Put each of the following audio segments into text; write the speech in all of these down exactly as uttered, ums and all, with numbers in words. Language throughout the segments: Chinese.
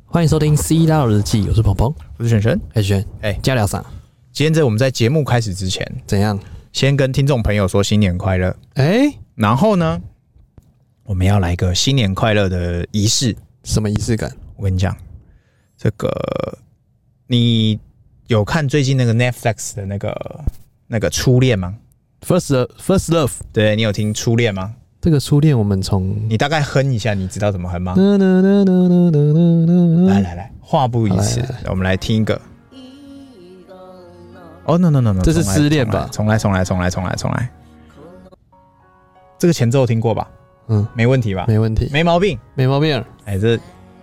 欢迎收听《C 大日记》，我是鹏鹏， 我是璇璇。 哎璇，哎，加聊啥？ 今天在我们在节目开始之前， 怎样？ 先跟听众朋友说新年快乐。 哎， 然后呢，我们要来一个新年快乐的仪式。 什么仪式感？ 我跟你讲，这个你有看最近那个 Netflix 的那个那个初恋吗 ？First Love, First Love， 对，你有听初恋吗？ 这个初恋我们从你大概哼一下，你知道怎么哼吗？来来来，话不宜迟，我们来听一个。哦、oh, no no no no， 这是失恋吧？ 重来重来重来重来重来。这个前奏听过吧？ 嗯， 没问题吧？ 没问题， 没毛病， 没毛病。 哎，这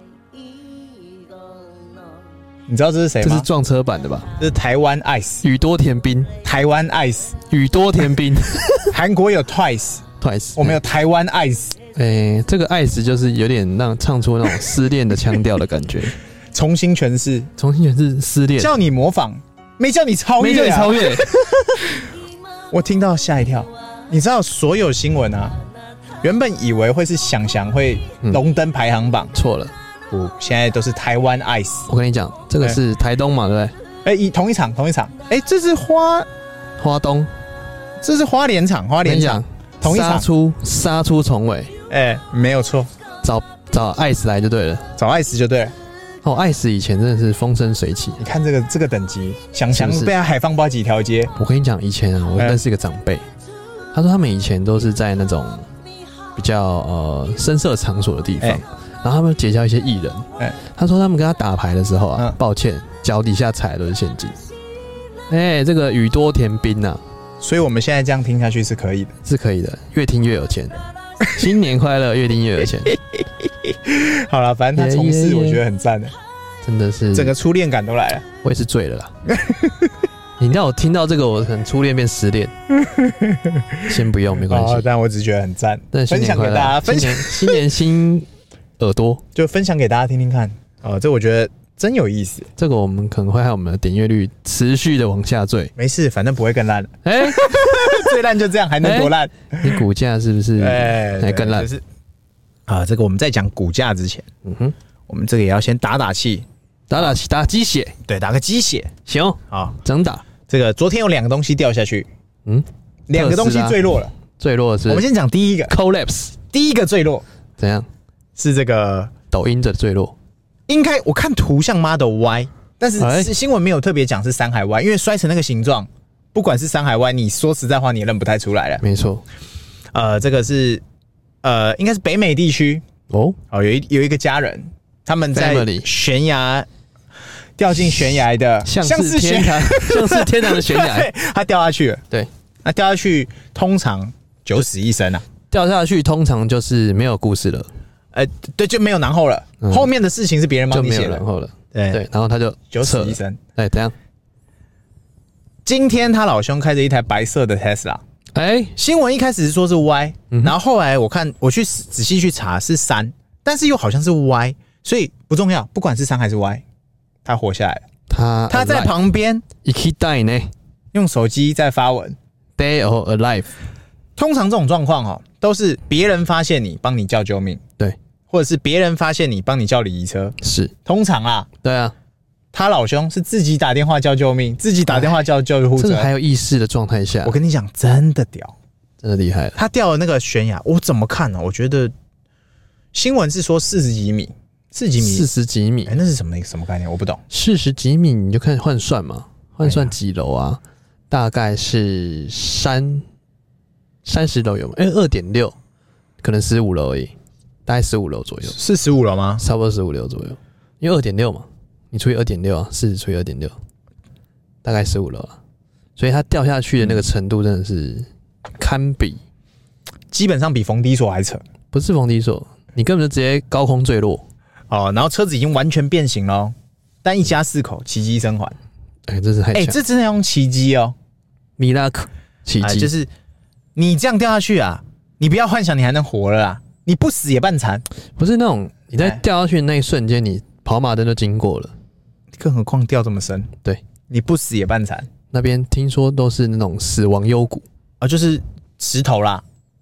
你知道这是谁吗？ 这是撞车版的吧？ 这是台湾 Ice， 宇多田冰。 台湾 Ice， 宇多田冰。 韩国有 Twice。Twice， 我们有台湾 Ice， 哎、欸，这个 Ice 就是有点让唱出那种失恋的腔调的感觉， 重新诠释， 重新诠释失恋， 叫你模仿，没叫你超越、啊， 没叫你超越。 我听到吓一跳，你知道所有新闻啊，原本以为会是想想会荣登排行榜， 错、嗯、了， 不，现在都是台湾 Ice。我跟你讲，这个是台东嘛，对不对？ 哎、欸，同一场，同一场，哎、欸，这是花花东， 这是花莲场，花莲场。同一场杀出杀出重围， 哎、欸，没有错， 找找艾斯来就对了， 找艾斯就对了。 哦，艾斯以前真的是风生水起， 你看这个这个等级，想想被他海放包几条街。 我跟你讲，以前啊，我认识一个长辈、欸，他说他们以前都是在那种比较呃深色场所的地方，欸、然后他们结交一些艺人。欸、他说他们跟他打牌的时候啊，嗯、抱歉，脚底下踩的都是陷阱。哎、欸，这个宇多田冰啊。 所以我们现在这样听下去是可以的， 是可以的，越听越有钱。新年快乐，越听越有钱。 好了，反正他从事我觉得很赞的， 真的是整个初恋感都来了。 我也是醉了啦。你让我听到这个，我可能初恋变失恋。先不用，没关系、哦。 但我只是觉得很赞， 分享给大家，分享新年新耳朵， 就分享给大家听听看。哦，这我觉得。真有意思， 这个我们可能会害我们的点阅率持续的往下坠。 没事，反正不会更烂了。哎、欸，最烂就这样，还能多烂、 欸？你股价是不是还更烂？ 就是啊，这个我们在讲股价之前，嗯哼，我们这个也要先打打气， 打打气，打鸡血， 对，打个鸡血， 行，好，整打。 这个昨天有两个东西掉下去，嗯，两个东西坠落了， 坠落的是。 我们先讲第一个 ，collapse， 第一个坠落怎样？ 是这个抖音的坠落。 应该我看图像 Model Y， 但是新闻没有特别讲是山海 Y， 因为摔成那个形状，不管是山海 Y， 你说实在话你也认不太出来了。 没错， 呃，这个是呃，应该是北美地区哦，哦，有一有一个家人，他们在悬崖掉进悬崖的， 像是天堂，像是天堂的悬崖， 他掉下去了。 对， 那掉下去通常九死一生啊， 掉下去通常就是没有故事了。 呃，对，就没有然后了、嗯。后面的事情是别人帮你写的， 就没有然后了。 对对，然后他就九死一生。 哎，怎样？ 今天他老兄开着一台白色的 Tesla。 哎， 新闻一开始是说是 Y，、嗯、然后后来我看我去仔细去查是三，但是又好像是 Y， 所以不重要，不管是三还是 Y， 他活下来了。 他他在旁边， 一起带呢， 用手机在发文 ，Day or alive。 通常这种状况哈，都是别人发现你，帮你叫救命。 对。 或者是别人发现你，帮你叫礼仪车， 是通常啦， 对啊， 他老兄是自己打电话叫救命，自己打电话叫救护车， 这个还有意识的状态下， 我跟你讲，真的屌， 真的厉害了。 他掉了那个悬崖，我怎么看呢、啊？我觉得新闻是说四十几米，四十几米， 四十几米， 哎、欸，那是什么什么概念？我不懂。 四十几米你就看换算嘛，换算几楼啊？哎、大概是三三十楼有吗？哎、欸，二点六，可能十五楼而已。大概十五楼左右， 是十五楼吗？ 差不多十五楼左右，因为二点六嘛，你除以二点六啊，四十除以二点六，大概十五楼啊，所以它掉下去的那个程度真的是堪比， 基本上比冯迪索还扯。 不是冯迪索，你根本就直接高空坠落哦，然后车子已经完全变形了，但一家四口奇迹生还。 哎、欸，这是太强， 哎、欸，这真的要用奇迹哦 ，miracle 奇迹、 哎，就是你这样掉下去啊，你不要幻想你还能活了啦。你不死也半残， 不是那种你在掉下去的那一瞬间，你跑马灯都经过了， 更何况掉这么深。 对， 你不死也半残。 那边听说都是那种死亡幽谷啊，就是石头啦，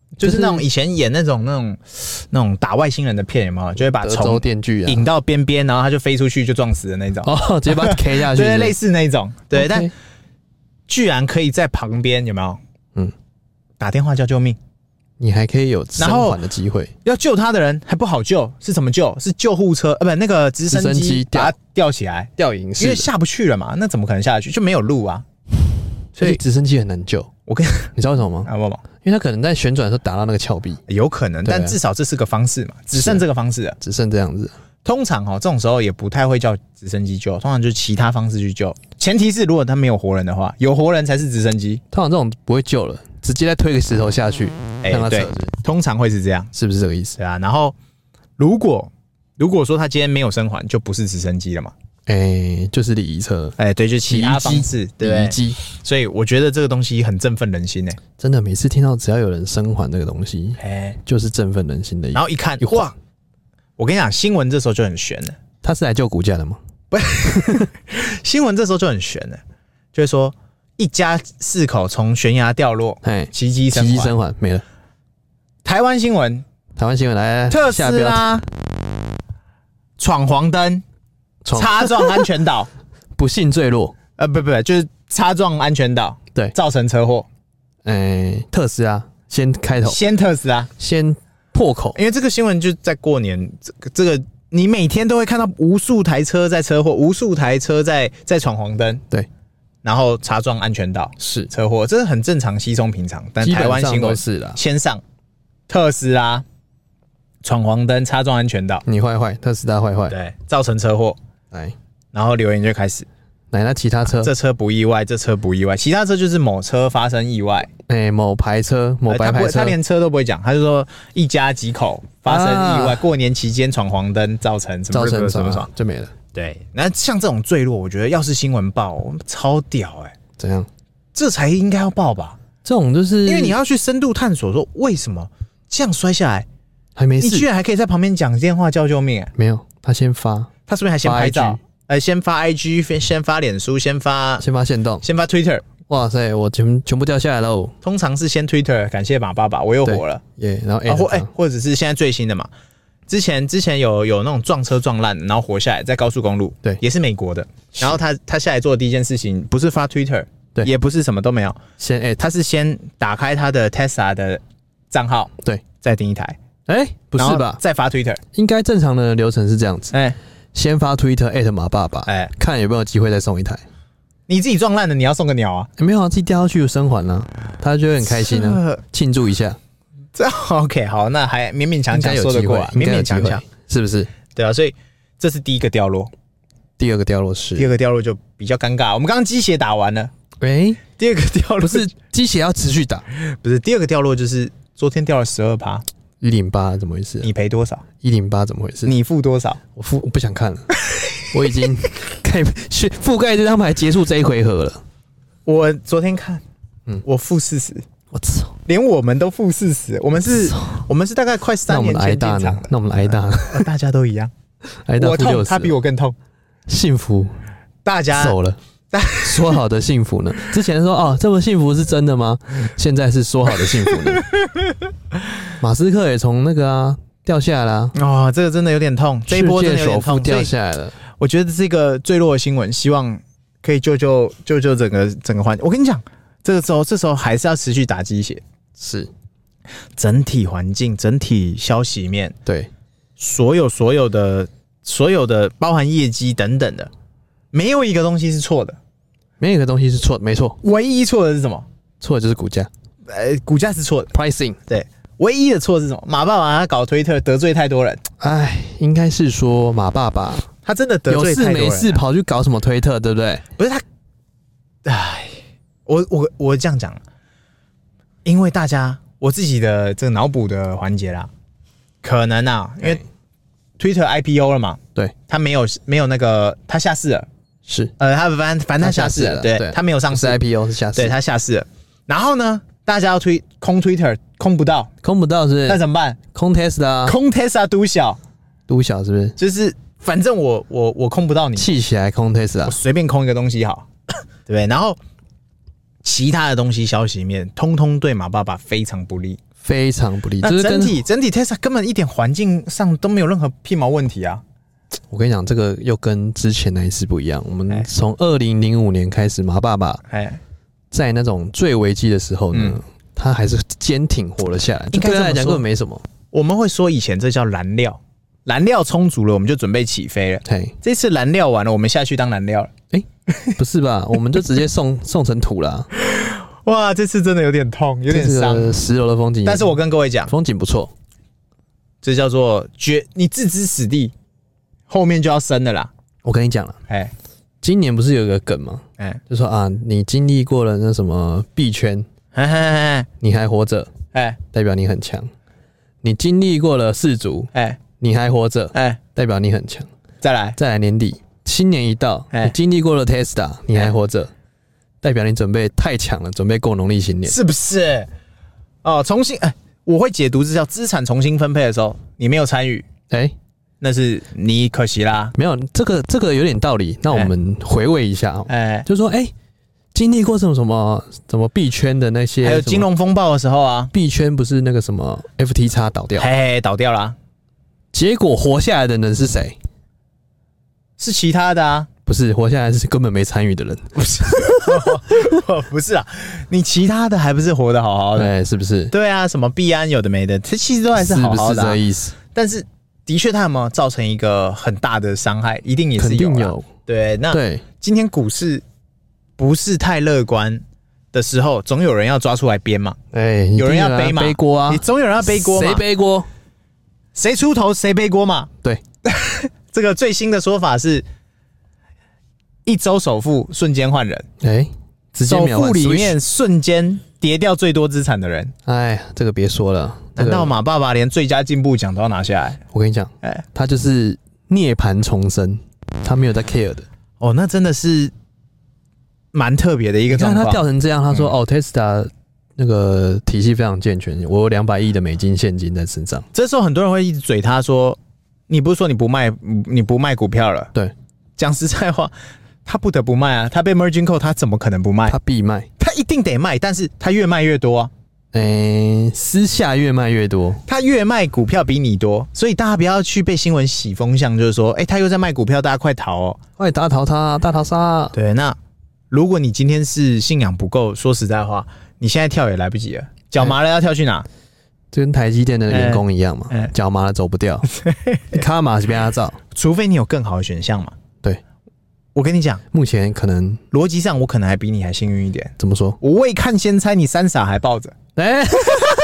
就是那种以前演那种那种那种打外星人的片，有没有？就会把虫引到边边，然后他就飞出去就撞死的那种。 哦，直接把它 K 下去是不是。 对，类似那种。对， okay. 但居然可以在旁边有没有？嗯，打电话叫救命， 你还可以有生还的机会。 要救他的人还不好救，是怎么救？是救护车呃，不，那个直升机把它吊起来， 吊引式， 因为下不去了嘛，那怎么可能下去？就没有路啊。 所以直升机很难救。 我跟你知道为什么吗？ 啊，为什么？ 因为它可能在旋转的时候打到那个峭壁， 有可能，但至少这是个方式嘛，只剩这个方式了， 只剩这样子。 通常哈、喔，这种时候也不太会叫直升机救，通常就是其他方式去救。前提是如果他没有活人的话，有活人才是直升机。 通常这种不会救了，直接再推个石头下去， 哎、欸，对，通常会是这样， 是不是这个意思？ 对啊。然后如果如果说他今天没有生还，就不是直升机了嘛。 哎、欸，就是礼仪车， 哎、欸，对，就其他方式，对，礼仪机。所以我觉得这个东西很振奋人心诶、欸， 真的，每次听到只要有人生还这个东西，哎、欸，就是振奋人心的。 然后一看，哇，我跟你讲，新闻这时候就很悬了。 他是来救股价的吗？ 不，新闻这时候就很悬了，就是说一家四口从悬崖掉落，哎，奇迹生还，奇迹生还没了。 台湾新闻， 台湾新闻来， 特斯拉闯黄灯。擦撞安全岛， 不幸坠落。 呃，不不不，就是擦撞安全岛， 对， 造成车祸。 诶、欸，特斯拉先开头， 先特斯拉先破口， 因为这个新闻就在过年，这个这个你每天都会看到无数台车在车祸，无数台车在在闯黄灯， 对， 然后擦撞安全岛是车祸，这是很正常、稀松平常。但台湾新闻是啦， 先上特斯拉闯黄灯、擦撞安全岛， 你坏坏，特斯拉坏坏， 对，造成车祸。来，然后留言就开始， 来，那其他车、啊， 这车不意外，这车不意外，其他车就是某车发生意外， 哎、欸，某牌车，某白牌车， 他, 他连车都不会讲，他就说一家几口发生意外，啊、过年期间闯黄灯，造成什么造成什么什么就没了。 对，那像这种坠落，我觉得要是新闻报，超屌哎、欸， 怎样？ 这才应该要报吧？ 这种就是因为你要去深度探索，说为什么这样摔下来还没事， 你居然还可以在旁边讲电话叫救命哎、欸？ 没有，他先发。 他是不是还先拍照？呃，先发 I G， 先发脸书，先发先发限动， 先发 Twitter。 哇塞，我全全部掉下来喽！ 通常是先 Twitter， 感谢马爸爸，我又活了。 耶， yeah, 然后啊或哎、欸，或者是现在最新的嘛，之前之前有有那种撞车撞烂，然后活下来，在高速公路， 对， 也是美国的。然后他他下来做的第一件事情，不是发 Twitter， 对，也不是什么都没有， 先哎， 他是先打开他的 Tesla 的账号， 对， 再订一台。 哎、欸，不是吧？ 再发 Twitter， 应该正常的流程是这样子。哎、欸，先发 Twitter at 马爸爸，哎、欸，看有没有机会再送一台。 你自己撞烂了，你要送个鸟啊？ 欸、没有啊，自己掉下去有生还啊，他就会很开心啊，庆祝一下。 这 OK 好，那还勉勉强强说得过啊，勉勉强强， 是不是？ 对啊，所以这是第一个掉落。 第二个掉落是， 第二个掉落就比较尴尬。我们刚刚鸡血打完了， 哎、欸， 第二个掉落不是鸡血要持续打， 不是第二个掉落就是昨天掉了十二趴。 一零八怎么回事、啊？ 你赔多少？ 一零八怎么回事？ 你付多少？ 我付，我不想看了，我已经盖覆盖这张牌结束这一回合了。 我昨天看，嗯，我负四十， 我操， 连我们都负四十，我们是，我们是大概快三年前进场的， 那我们挨大呢？ 大家都一样， 挨大我痛，他比我更痛， 幸福， 大家走了。说好的幸福呢？之前说哦，这么幸福是真的吗？现在是说好的幸福呢？马斯克也从那个啊掉下来了、啊、 哦，这个真的有点痛，这一波真的有点痛， 掉下来了。 我觉得这个坠落的新闻，希望可以救救救救整个整个环境。我跟你讲，这个时候这时候还是要持续打鸡血， 是整体环境、整体消息面， 对所有所有的所有的包含业绩等等的，没有一个东西是错的。 没有一个东西是错的，没错。 唯一错的是什么？ 错的就是股价。 呃，股价是错的 ，pricing 对。唯一的错是什么？马爸爸他搞推特得罪太多人。 哎，应该是说马爸爸他真的得罪太多人、啊。 有事没事跑去搞什么推特，对不对？ 不是他，哎，我我我这样讲，因为大家我自己的这个脑补的环节啦，可能啊，因为推特 I P O 了嘛， 对， 他没有没有那个他下市了。 是， 呃，他反正反正他下市了，对，对他没有上市 ，I P O 是下市， 对他下市了。然后呢，大家要推空 Twitter， 空不到， 空不到是不是？ 那怎么办？ 空 Tesla， 空 Tesla 都小， 都小是不是？ 就是反正我我我空不到你， 气起来空 Tesla， 我随便空一个东西好，对不对？然后其他的东西消息面，通通对马爸爸非常不利， 非常不利。 那整体整体 Tesla 根本一点环境上都没有任何屁毛问题啊！ 我跟你讲，这个又跟之前那一次不一样。我们从二零零五年开始，马爸爸在那种最危机的时候呢，嗯、他还是坚挺活了下来。对他来讲根本没什么。 我们会说以前这叫燃料，燃料充足了，我们就准备起飞了。这次燃料完了，我们下去当燃料了。 哎、欸，不是吧？我们就直接送送成土了。 哇，这次真的有点痛，有点伤。 十楼的风景， 但是我跟各位讲， 风景不错。 这叫做绝，你置之死地，后面就要生了啦。 我跟你讲了，哎，今年不是有一个梗吗？哎，就说啊，你经历过了那什么币圈，嘿嘿嘿，你还活着，哎，代表你很强。你经历过了世足，哎，你还活着，哎，代表你很强。 再来， 再来年底，新年一到，你经历过了 Tesla， 你还活着。代表你准备太强了，准备过农历新年， 是不是？哦，重新哎，我会解读这叫资产重新分配的时候，你没有参与，哎、欸，那是你可惜啦。 没有这个这个有点道理。那我们回味一下，哎、欸，就说哎、欸，经历过什么什么什么币圈的那些， 还有金融风暴的时候啊， 币圈不是那个什么 F T X 倒掉， 嘿，倒掉了， 结果活下来的人是谁？ 是其他的啊。 不是活下来是根本没参与的人， 不是，不是啊，你其他的还不是活得好好的， 对，是不是？ 对啊，什么币安有的没的，这其实都还是好好的、啊， 是不是这个意思？ 但是的确，它有没有造成一个很大的伤害？一定也是有，肯定有。对，那对今天股市不是太乐观的时候，总有人要抓出来编嘛，哎、欸，有人要背嘛， 背锅啊， 你总有人要背锅嘛， 谁背锅？ 谁出头谁背锅嘛？ 对， 这个最新的说法是。一周首富瞬间换人，哎、欸，首富里面瞬间跌掉最多资产的人， 哎，这个别说了。 难道马爸爸连最佳进步奖都要拿下来？ 我跟你讲，哎、欸，他就是涅槃重生，他没有在 care 的。 哦，那真的是蛮特别的一个状况。 他掉成这样，他说：“嗯、哦 ，Tesla 那个体系非常健全，我有两百亿的美金现金在身上。” 这时候很多人会一直嘴他说：“你不是说你不卖，你不卖股票了？” 对， 讲实在话。他不得不卖啊！他被 Merging Code， 他怎么可能不卖？ 他必卖， 他一定得卖，但是他越卖越多啊！ 哎、欸，私下越卖越多， 他越卖股票比你多，所以大家不要去被新闻洗风向，就是说，哎、欸，他又在卖股票，大家快逃哦！ 快大逃他，大逃杀！ 对，那如果你今天是信仰不够，说实在话，你现在跳也来不及了，脚麻了要跳去哪？ 就跟台积电的员工一样嘛，脚、欸欸、麻了走不掉，卡马是被他照， 除非你有更好的选项嘛。对。我跟你讲， 目前可能逻辑上我可能还比你还幸运一点。 怎么说？ 我未看先猜，你三傻还抱着。哎、欸，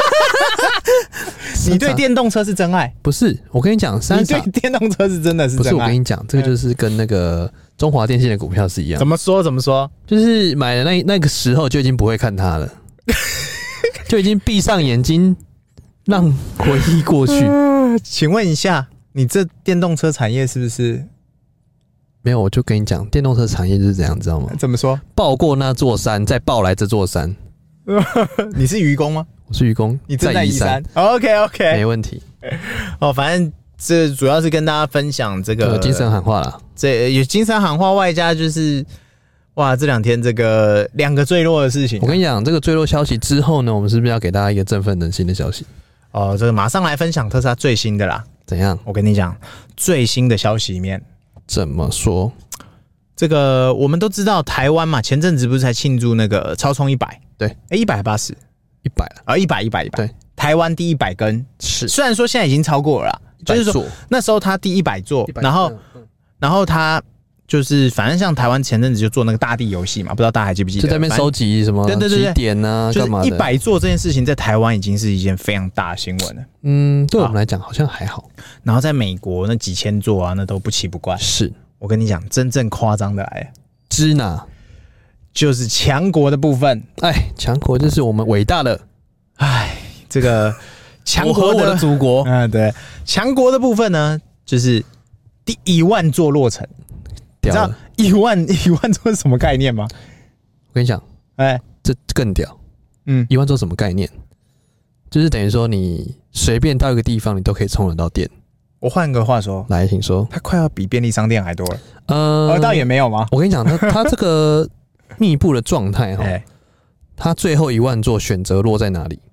你对电动车是真爱？ 不是，我跟你讲，三傻你对电动车是真的是真爱。 不是，我跟你讲，这个就是跟那个中华电信的股票是一样。 怎么说？怎么说？ 就是买的那那个时候就已经不会看它了，就已经闭上眼睛让回忆过去。 呃、请问一下，你这电动车产业是不是？ 没有，我就跟你讲，电动车产业就是这样，知道吗？ 怎么说？ 抱过那座山，再抱来这座山。 你是愚公吗？ 我是愚公， 你正在移山。OK OK， 没问题。 哦，反正这主要是跟大家分享这个精神喊话啦。 这有精神喊话，外加就是哇，这两天这个两个坠落的事情、啊。 我跟你讲，这个坠落消息之后呢，我们是不是要给大家一个振奋人心的消息？ 哦，这个马上来分享特斯拉最新的啦。 怎样？ 我跟你讲，最新的消息里面。 怎么说？ 这个我们都知道，台湾嘛，前阵子不是才庆祝那个超充一百？ 对， 哎，一百八十， 一百了啊，一百，一百，一百。对，台湾第一百根是， 虽然说现在已经超过了啦，就是说那时候他第一百座，然后、嗯、然后他就是反正像台湾前阵子就做那个大地游戏嘛，不知道大家还记不记得？ 就在那边收集什么对对对几点啊，干嘛的？ 一百座这件事情在台湾已经是一件非常大的新闻了。 嗯，对我们来讲好像还好。 然后在美国那几千座啊，那都不奇不怪。 是。 我跟你讲，真正夸张的来， 支哪？ 就是强国的部分。 哎，强国就是我们伟大的， 哎，这个强国的, 我的祖国。 嗯，对，强国的部分呢，就是第一万座落成。你知道一万一万座是什么概念吗？ 我跟你讲，哎，这更屌。嗯，一万座什么概念？就是等于说，你随便到一个地方，你都可以充得到电。 我换个话说， 来，请说。 它快要比便利商店还多了。呃，倒也没有吗？ 我跟你讲，它它这个密布的状态哈，它最后一万座选择落在哪里？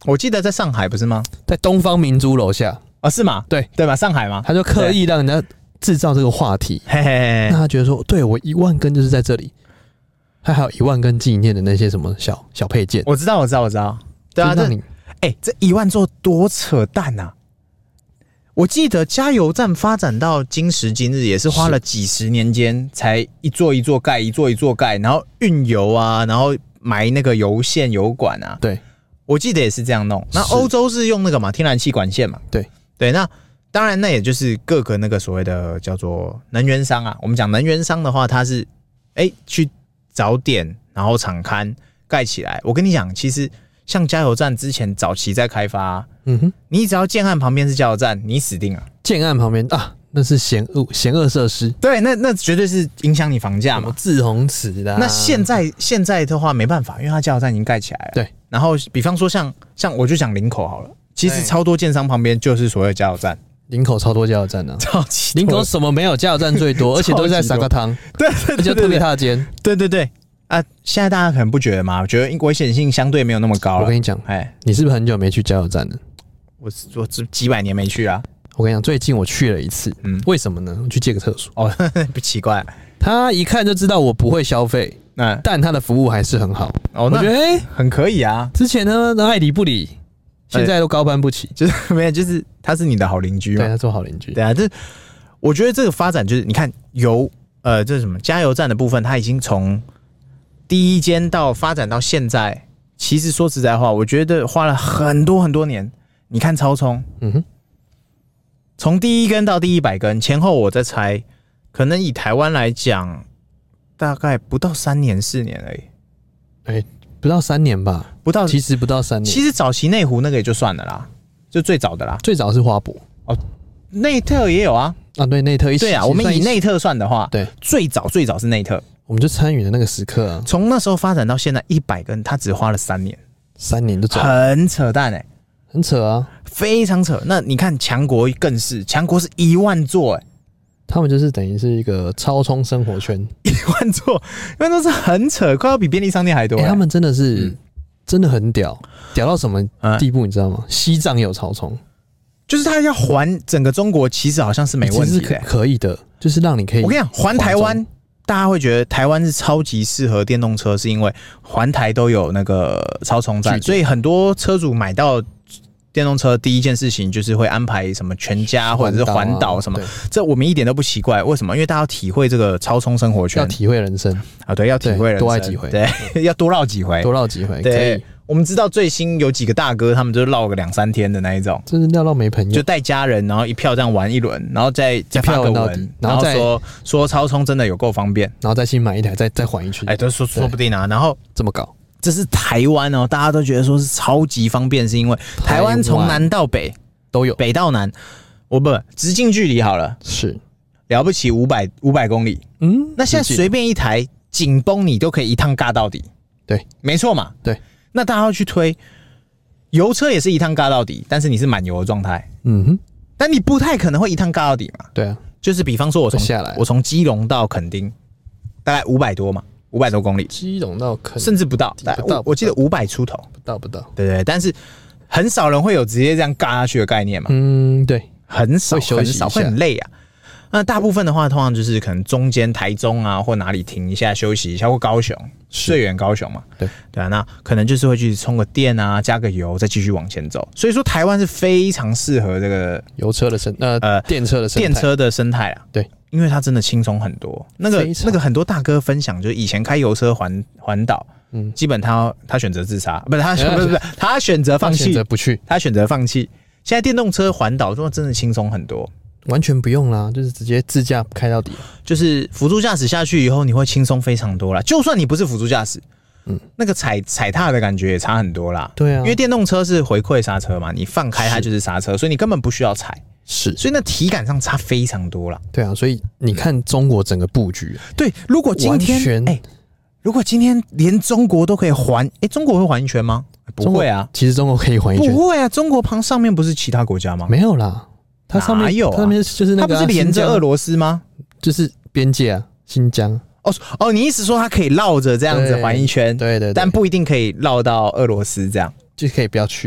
我记得在上海不是吗？ 在东方明珠楼下啊、哦，是吗？ 对对吧？上海吗？ 他就刻意让人家制造这个话题， 嘿嘿嘿， 那他觉得说，对我一万根就是在这里，他还有一万根纪念的那些什么小小配件。 我知道，我知道，我知道。对啊，这哎、欸，这一万座多扯淡啊！我记得加油站发展到今时今日，也是花了几十年间才一座一座盖，一座一座盖，然后运油啊，然后埋那个油线、油管啊。 对， 我记得也是这样弄。那欧洲是用那个嘛天然气管线嘛？ 对对，那当然那也就是各个那个所谓的叫做能源商啊。我们讲能源商的话，它是哎、欸、去找点，然后场勘盖起来。我跟你讲，其实。像加油站之前早期在开发、啊，嗯哼，你只要建案旁边是加油站，你死定了。 建案旁边啊，那是险恶险恶设施， 对，那那绝对是影响你房价嘛。 滞洪池的、啊。 那现在现在的话没办法，因为它加油站已经盖起来了。 对， 然后比方说像像我就讲林口好了，其实超多建商旁边就是所谓的加油站。 林口超多加油站呢、啊， 超级多。 林口什么没有？加油站最多，而且都是在沙咖汤。 对对对， 就特别踏间。 对对对。啊，现在大家可能不觉得吗？我觉得危险性相对没有那么高了。 我跟你讲，哎，你是不是很久没去加油站了？ 我我这几百年没去啊。 我跟你讲，最近我去了一次。嗯，为什么呢？我去借个厕所。 哦，不奇怪， 他一看就知道我不会消费，嗯，但他的服务还是很好。 哦，我觉得哎、欸、很可以啊。 之前呢，爱理不理，现在都高攀不起。 欸、就是没有，就是他是你的好邻居嘛。 对，他做好邻居。 对啊，这我觉得这个发展就是，你看油呃，这是什么加油站的部分，它已经从第一间到发展到现在，其实说实在话，我觉得花了很多很多年。你看超充，嗯哼，从第一根到第一百根前后，我在猜，可能以台湾来讲，大概不到三年四年而已。 哎、欸，不到三年吧？ 不到， 其实不到三年。 其实早期内湖那个也就算了啦，就最早的啦。 最早是花博哦，内特也有啊。 啊，对，内特一起。 对啊，我们以内特算的话， 对， 最早最早是内特。 我们就参与了那个时刻啊， 从那时候发展到现在一百根，他只花了三年， 三年就走了， 很扯淡哎、欸， 很扯啊， 非常扯。那你看强国更是，强国是一万座哎、欸， 他们就是等于是一个超充生活圈， 一万座，一万座是很扯，快要比便利商店还多、欸欸。他们真的是、嗯、真的很屌，屌到什么地步你知道吗？嗯、西藏有超充， 就是他要环整个中国，其实好像是没问题的、欸， 可可以的，就是让你可以。 我跟你讲，环台湾。大家会觉得台湾是超级适合电动车，是因为环台都有那个超充站，所以很多车主买到电动车第一件事情就是会安排什么全家或者是环岛什么，这我们一点都不奇怪。为什么？因为大家要体会这个超充生活圈， 要体会人生啊，对，要体会人生， 多爱几回， 对，要多绕几回， 多绕几回， 对。我们知道最新有几个大哥，他们就绕个两三天的那一种， 就是绕到没朋友， 就带家人，然后一票这样玩一轮，然后再再发个文，然后说说超充真的有够方便， 然后再新买一台，再再还一圈， 哎，都说说不定啊。然后这么搞， 这是台湾哦，大家都觉得说是超级方便，是因为台湾从南到北都有， 北到南，我不直径距离好了， 是了不起五百五百公里，嗯，那现在随便一台紧绷你都可以一趟尬到底， 对， 没错嘛， 对。 那大家要去推油车也是一趟尬到底，但是你是满油的状态，嗯哼，但你不太可能会一趟尬到底嘛。 对啊， 就是比方说我从下来， 我从基隆到垦丁，大概五百多嘛，五百多公里， 基隆到垦甚至不到，不到，我记得五百出头， 不到不到， 对对，但是很少人会有直接这样尬下去的概念嘛。 嗯，对， 很少，很少，会很累啊。那大部分的话，通常就是可能中间台中啊，或哪里停一下休息一下，或高雄，最远高雄嘛， 对对啊，那可能就是会去充个电啊，加个油，再继续往前走。所以说，台湾是非常适合这个油车的生呃呃电车的生态电车的生态啊， 对， 因为它真的轻松很多。那个那个很多大哥分享，就是以前开油车环环岛，嗯，基本他他选择自杀，不是他不是不是他选择放弃， 选择不去， 他选择放弃。现在电动车环岛说真的轻松很多。 完全不用啦，就是直接自驾开到底， 就是辅助驾驶下去以后，你会轻松非常多啦。就算你不是辅助驾驶，嗯，那个踩踩踏的感觉也差很多啦。 对啊， 因为电动车是回馈刹车嘛，你放开它就是刹车，所以你根本不需要踩。 是， 所以那体感上差非常多啦。 对啊，所以你看中国整个布局， 对，如果今天哎、欸，如果今天连中国都可以环，哎、欸，中国会环一圈吗？不会啊， 其实中国可以环一圈， 不会啊，中国旁上面不是其他国家吗？ 没有啦。它上面有、啊， 上面就是那个、啊， 它不是连着俄罗斯吗？ 就是边界啊，新疆。 哦哦，你意思说它可以绕着这样子环一圈？ 对 对, 對, 對， 但不一定可以绕到俄罗斯这样， 就可以不要去。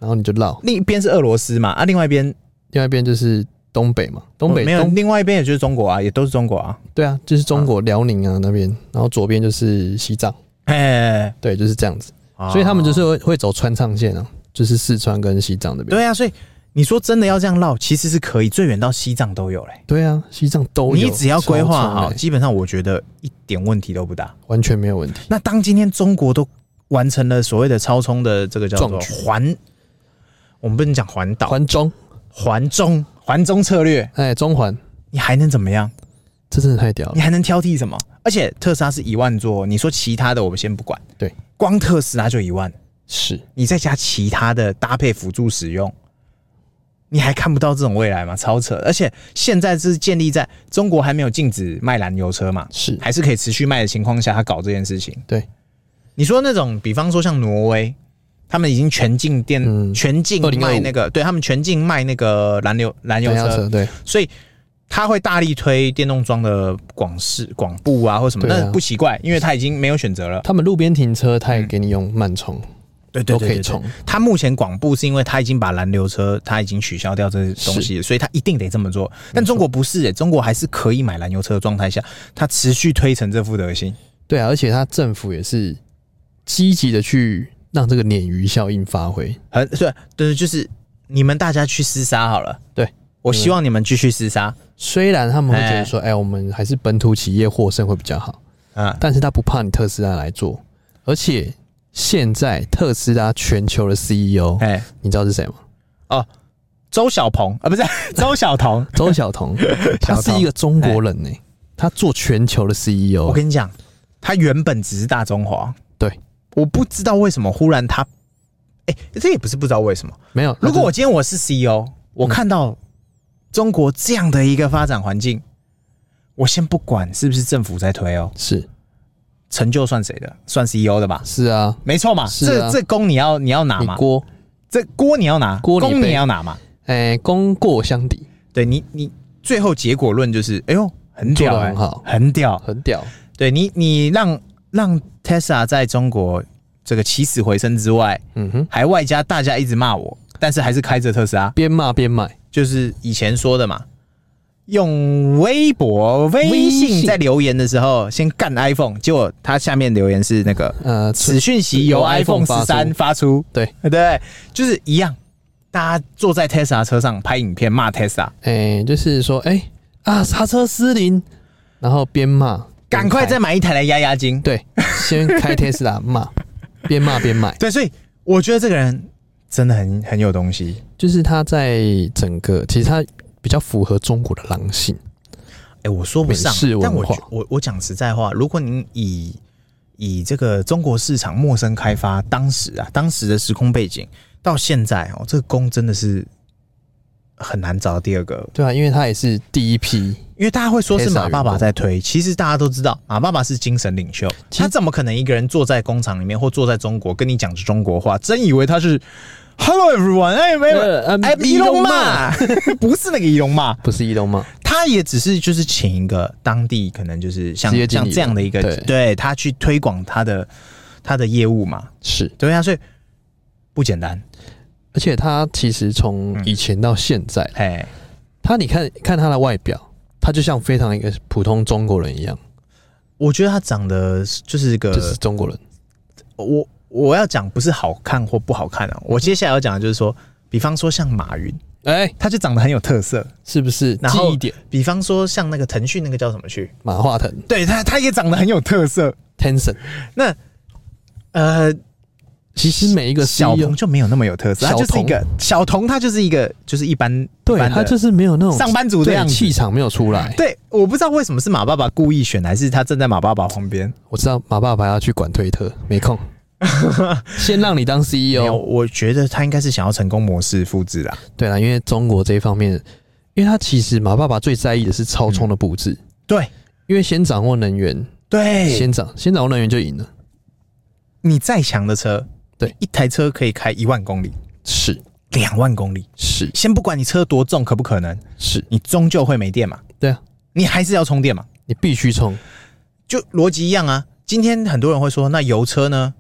然后你就绕， 另一边是俄罗斯嘛，啊，另外一边， 另外一边就是东北嘛，东北、 哦、没有，另外一边也就是中国啊，也都是中国啊。 对啊，就是中国辽宁啊那边，然后左边就是西藏， 哎， 对，就是这样子。哦、所以他们就是会会走川藏线啊，就是四川跟西藏那边。 对啊，所以你说真的要这样绕，其实是可以，最远到西藏都有嘞。 对啊，西藏都有， 你只要规划好，基本上我觉得一点问题都不大， 完全没有问题。 那当今天中国都完成了所谓的超充的这个叫做环，我们不能讲环岛， 环中。 环中环中策略， 哎、欸，中环， 你还能怎么样？ 这真的太屌了！ 你还能挑剔什么？而且特斯拉是一万座，你说其他的我们先不管， 对， 光特斯拉就一万， 是你再加其他的搭配辅助使用，你还看不到这种未来吗？超扯！而且现在是建立在中国还没有禁止卖燃油车嘛， 是还是可以持续卖的情况下，他搞这件事情。 对， 你说那种，比方说像挪威。他们已经全境电、嗯、全境卖那个，对他们全境卖那个燃油燃油车， 车对， 所以他会大力推电动桩的广式广布啊，或什么，那、啊、不奇怪，因为他已经没有选择了。 他们路边停车，他也给你用慢充、嗯， 对对对， 都可以充。 他目前广布是因为他已经把燃油车他已经取消掉这些东西，所以他一定得这么做。但中国不是、欸，中国还是可以买燃油车的状态下，他持续推成这副德行。 对啊，而且他政府也是积极的去。让这个鲶鱼效应发挥， 很对对，就是你们大家去厮杀好了。 对， 我希望你们继续厮杀。 虽然他们会觉得说，哎、欸，我们还是本土企业获胜会比较好，啊，但是他不怕你特斯拉来做，而且现在特斯拉全球的 C E O， 哎，你知道是谁吗？ 哦，周小鹏啊，不是周小彤， 周小彤，他是一个中国人呢、欸，他做全球的 C E O。 我跟你讲，他原本只是大中华， 对。 我不知道为什么忽然他，哎、欸，这也不是不知道为什么。 没有， 如果我今天我是 C E O， 我看到中国这样的一个发展环境，我先不管是不是政府在推哦， 是成就算谁的？算 C E O 的吧？ 是啊， 没错嘛。是啊、这这功你要你要拿嘛？ 锅， 这锅你要拿， 锅功你要拿嘛？ 哎、欸，功过相抵。 对你你最后结果论就是，哎呦，很屌、欸， 很好， 很屌， 很屌。 对你你让。让 Tesla 在中国这个起死回生之外，嗯哼，还外加大家一直骂我，但是还是开着特斯拉， 边骂边买， 就是以前说的嘛，用微博、微信在留言的时候先干 iPhone， 结果他下面留言是那个呃，此讯息由 iPhone 十三发出， 对对对，就是一样，大家坐在 Tesla 车上拍影片骂 Tesla， 哎、欸，就是说，哎、欸、啊，刹车失灵，然后边骂。 赶快再买一台来压压惊。 对，先开 Tesla 骂，边骂边买。 对，所以我觉得这个人真的很很有东西。 就是他在整个，其实他比较符合中国的狼性。 哎、欸，我说不上，但我我我讲实在话，如果您以以这个中国市场陌生开发，当时啊，当时的时空背景到现在哦，这个功真的是很难找到第二个。 对啊，因为他也是第一批。 因为大家会说是马爸爸在推，其实大家都知道马爸爸是精神领袖，他怎么可能一个人坐在工厂里面或坐在中国跟你讲中国话？真以为他是 Hello everyone， 哎没有，哎伊隆马，不是那个伊隆马， 不是伊隆马， 他也只是就是请一个当地可能就是像像这样的一个，对, 对他去推广他的他的业务嘛， 是对啊，所以不简单， 而且他其实从以前到现在，哎、嗯，他你看看他的外表。他就像非常一个普通中国人一样， 我觉得他长得就是一个就是中国人。 我我要讲不是好看或不好看啊，我接下来要讲的就是说，比方说像马云，哎、欸，他就长得很有特色， 是不是？ 然后记忆点， 比方说像那个腾讯那个叫什么去？ 马化腾， 对他他也长得很有特色 ，Tencent。 那呃。 其实每一个 C E O, 小童就没有那么有特色，他就是一个小童，他就是一个就是一般， 对，他就是没有那种上班族的样子， 气场没有出来。 对，我不知道为什么是马爸爸故意选，还是他站在马爸爸旁边。 我知道马爸爸要去管推特，没空，先让你当 C E O。 我觉得他应该是想要成功模式复制啦。 对啦，因为中国这一方面，因为他其实马爸爸最在意的是超充的布置、嗯。 对， 因为先掌握能源， 对， 先掌先掌握能源就赢了。 你再强的车。 对， 一台车可以开一万公里， 是两万公里， 是。 先不管你车多重，可不可能？ 是你终究会没电嘛？ 对啊， 你还是要充电嘛？ 你必须充， 就逻辑一样啊。今天很多人会说，那油车呢？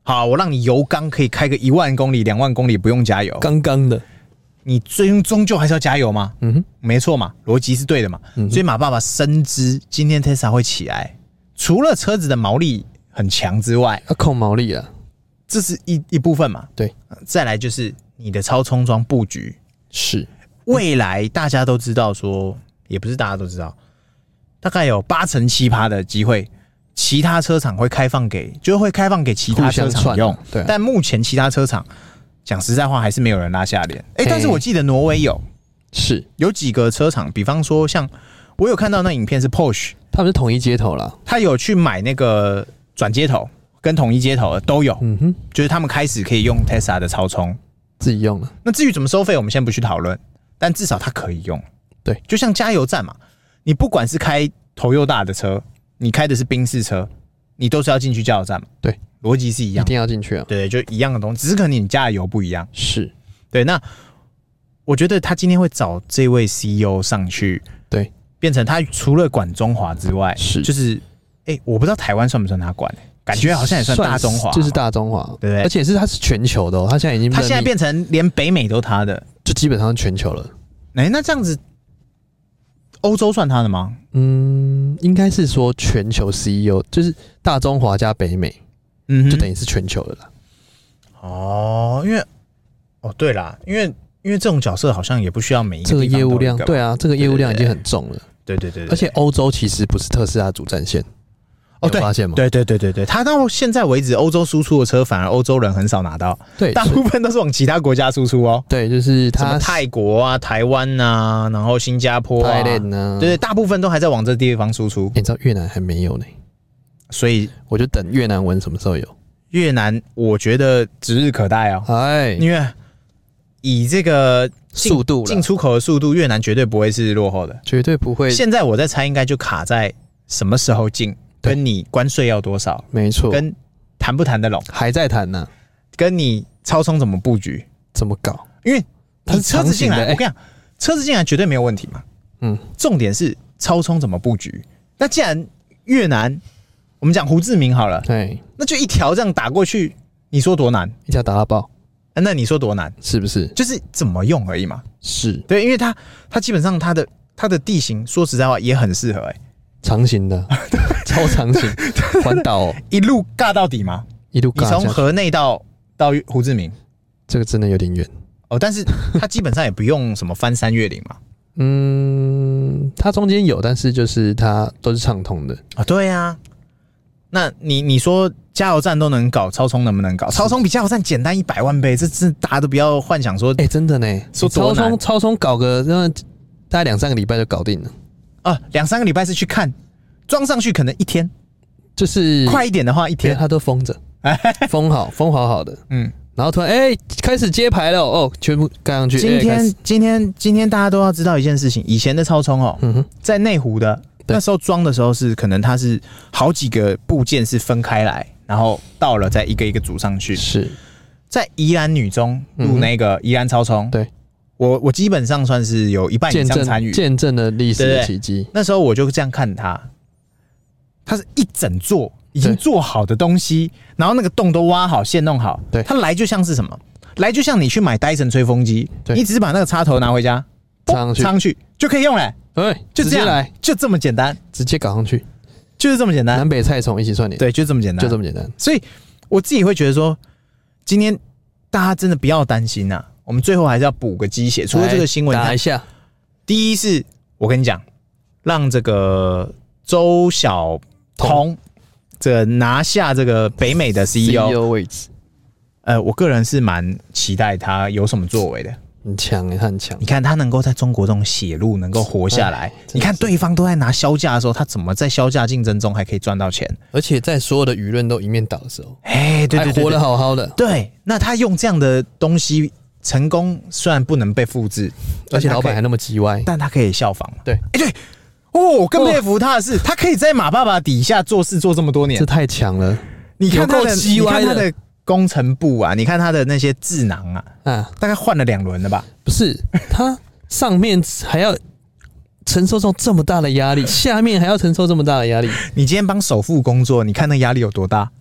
好，我让你油缸可以开个一万公里、两万公里不用加油， 刚刚的， 你最终究还是要加油吗？嗯哼，没错嘛，逻辑是对的嘛。嗯、所以马爸爸深知今天 Tesla 会起来，除了车子的毛利很强之外， 要控毛利啊， 这是一一部分嘛。 对， 再来就是你的超充桩布局是未来大家都知道说，也不是大家都知道，大概有八成七趴的机会。其他车厂会开放给，就是会开放给其他车厂用， 对、啊。 但目前其他车厂讲实在话，还是没有人拉下脸。哎、欸，但是我记得挪威有， 是有几个车厂，比方说像我有看到那影片是 Porsche， 他们是统一接头啦， 他有去买那个转接头跟统一接头的都有，嗯哼，就是他们开始可以用 Tesla 的超充自己用了。 那至于怎么收费，我们先不去讨论，但至少它可以用。 对， 就像加油站嘛，你不管是开 Toyota 的车。你开的是宾士车，你都是要进去加油站嘛？ 对， 逻辑是一样， 一定要进去啊。 对，就一样的东西，只是可能你加的油不一样。 是， 对。那我觉得他今天会找这位 C E O 上去， 对， 变成他除了管中华之外， 是， 就是，哎、欸，我不知道台湾算不算他管、欸，感觉好像也算大中华， 就是大中华，对不对？而且是他是全球的哦，他现在已经， 他现在变成连北美都他的， 就基本上全球了。 哎、欸，那这样子。欧洲算他的吗？ 嗯，应该是说全球 C E O， 就是大中华加北美，嗯，就等于是全球的啦。 哦，因为哦对啦，因为因为这种角色好像也不需要每一个这个业务量，对啊，这个业务量已经很重了。 对对 对, 对, 对, 对， 而且欧洲其实不是特斯拉主战线。哦， 对， 发现吗？ 对对对对对，他到现在为止，欧洲输出的车反而欧洲人很少拿到， 对， 大部分都是往其他国家输出哦。 对，就是他什么泰国啊、台湾啊，然后新加坡啊，对对，大部分都还在往这地方输出。 欸、你知道越南还没有呢， 所以我就等越南文什么时候有。 越南我觉得指日可待哦，哎，因为以这个速度进出口的速度，越南绝对不会是落后的， 绝对不会。 现在我在猜，应该就卡在什么时候进。跟你关税要多少？ 没错， 跟谈不谈得拢？ 还在谈呢、啊。 跟你超充怎么布局？ 怎么搞？ 因为你车子进来，我跟你讲，车子进来绝对没有问题嘛。嗯，重点是超充怎么布局？那既然越南，我们讲胡志明好了， 对， 那就一条这样打过去，你说多难？ 一条打到爆， 那你说多难？ 是不是？ 就是怎么用而已嘛。 是对，因为它它基本上它的它的地形，说实在话也很适合哎、欸。 长型的，超长型，环岛、哦、 一路尬到底吗？ 一路尬， 你从河内到到胡志明， 这个真的有点远哦。但是它基本上也不用什么翻山越岭嘛。 嗯，它中间有，但是就是它都是畅通的啊。对啊，那你你说加油站都能搞，超充能不能搞？超充比加油站简单一百万倍，这这大家都不要幻想说， 哎、欸，真的呢， 说超充超充搞个那大概两三个礼拜就搞定了。 啊，两三个礼拜是去看，装上去可能一天， 就是快一点的话一天， 它都封着，封好，封好好的，嗯，然后突然哎、欸、开始接牌了哦，全部盖上去。 今天、 欸、 今天今天大家都要知道一件事情，以前的超充哦，嗯哼，在内湖的那时候装的时候是可能它是好几个部件是分开来，然后到了再一个一个组上去。 是在宜兰女中录那个宜兰超充， 对。 我我基本上算是有一半以上参与， 见证了历史的奇迹。 那时候我就这样看它，它是一整座已经做好的东西，然后那个洞都挖好、线弄好。 对， 它来就像是什么？来就像你去买戴森吹风机，你只是把那个插头拿回家，插上去，插上去就可以用嘞。 对， 就这样来，就这么简单， 直接搞上去， 就是这么简单。 南北菜虫一起串联， 对，就这么简单， 就这么简单。 所以我自己会觉得说，今天大家真的不要担心呐、啊。我们最后还是要补个鸡血，除了这个新闻， 打一下。 第一是我跟你讲，让这个周晓彤这个拿下这个北美的 C E O 位置， 呃，我个人是蛮期待他有什么作为的。 很强哎，他很强。 你看他能够在中国这种血路能够活下来，你看对方都在拿销价的时候，他怎么在销价竞争中还可以赚到钱？ 而且在所有的舆论都一面倒的时候， 哎，对对 对, 对， 还活得好好的。 对，那他用这样的东西成功，虽然不能被复制， 而且老板还那么叽歪， 但他可以效仿。 对， 哎、欸、对，哦，我更佩服他的是，他可以在马爸爸底下做事做这么多年， 这太强了。 你看他的， 你看他的工程部啊，你看他的那些智囊啊，啊，大概换了两轮了吧？ 不是，他上面还要承受这么大的压力，下面还要承受这么大的压力。 你今天帮首富工作，你看那压力有多大？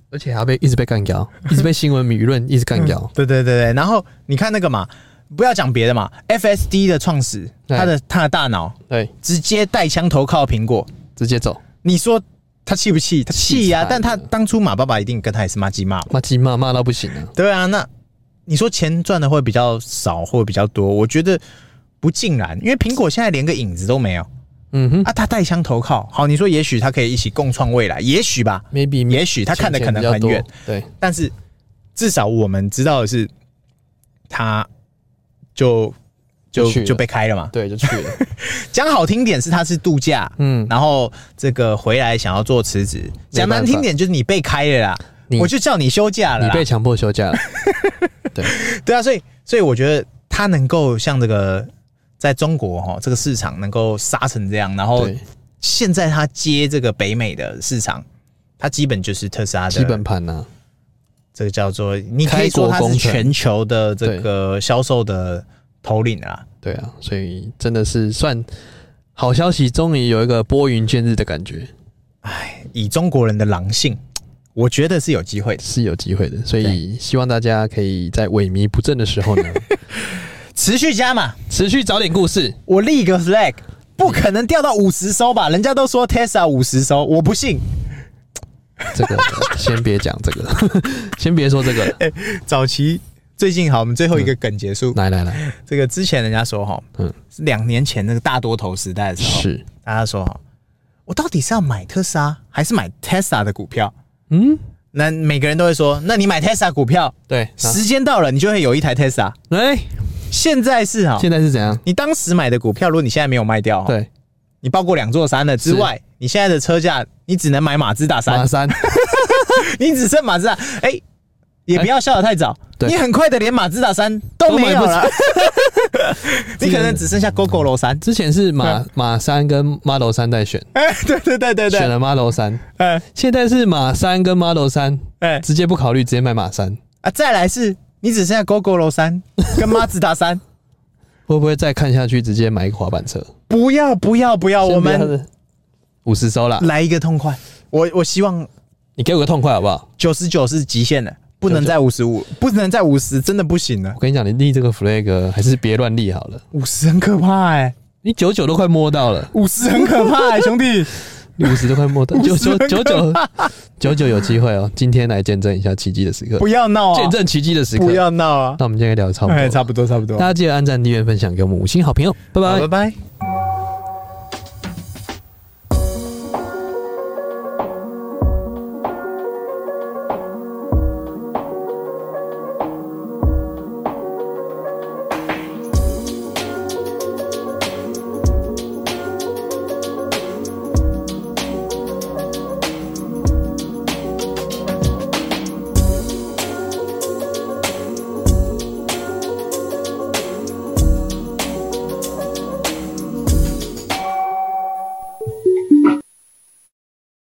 而且还被一直被干掉，一直被新闻舆论一直干掉、嗯。 对对对对，然后你看那个嘛，不要讲别的嘛 ，F S D 的创始，他的他的大脑， 对， 直接带枪投靠苹果， 直接走。 你说他气不气？他气呀、啊！但他当初马爸爸一定跟他也是骂鸡骂， 骂鸡骂骂到不行啊。 对啊，那你说钱赚的会比较少，或比较多？我觉得不尽然，因为苹果现在连个影子都没有。嗯哼，啊，他带枪投靠，好，你说也许他可以一起共创未来，也许吧 ，maybe， 也许他看的可能很远， 对， 但是至少我们知道的是，他就就 就, 就被开了嘛， 对，就去了。 讲好听点是他是度假，嗯，然后这个回来想要做辞职，讲难听点就是你被开了啦，我就叫你休假了， 你被强迫休假了，对， 对啊，所以所以我觉得他能够像这个。在中国哈，这个市场能够杀成这样，然后现在他接这个北美的市场，他基本就是特斯拉的基本盘啊， 这个叫做你可以说他是全球的这个销售的头领啊。 对啊，所以真的是算好消息，终于有一个拨云见日的感觉。 哎，以中国人的狼性，我觉得是有机会的， 是有机会的，所以希望大家可以在萎靡不振的时候呢。 持续加嘛， 持续找点故事。 我立个 flag， 不可能掉到五十收吧？人家都说 Tesla 五十收，我不信。 这个先别讲这个，先别说这个了。 欸、早期最近好，我们最后一个梗结束。 嗯、来来来， 这个之前人家说哈，嗯，两年前那个大多头时代的时候， 是大家说哈，我到底是要买特斯拉还是买 Tesla 的股票？嗯。那每个人都会说，那你买 Tesla 股票， 对， 时间到了，你就会有一台 Tesla。哎，现在是哈， 现在是怎样？ 你当时买的股票，如果你现在没有卖掉， 对， 你包过两座山了之外，你现在的车价，你只能买马自达三， 马三， 你只剩马自达。哎、欸，也不要笑得太早，欸、你很快的连马自达三都没有了。你可能只剩下 Gogoro 三， 之前是马马三跟 Model 三在选， 哎、欸，对对对对对， 选了 Model 三，哎，现在是马三跟 Model 三，哎，直接不考虑，直接买马三啊。再来是你只剩下 Gogoro 三跟马自达三， 会不会再看下去直接买一个滑板车？ 不要不要不要，我们五十收啦， 来一个痛快。我我希望你给我个痛快好不好？ 九十九是极限了。不能再五十五，不能再五十，真的不行了。 我跟你讲，你立这个 flag 还是别乱立好了。 五十很可怕哎、欸， 你九九都快摸到了， 五十很可怕哎、欸，兄弟， 你五十都快摸到，九九九九九九有机会哦。今天来见证一下奇迹的时刻， 不要闹啊！ 见证奇迹的时刻， 不要闹啊！ 那我们今天聊得差不多， 差不多差不多。 大家记得按赞、订阅、分享，给我们五星好评哦，拜拜， 拜拜。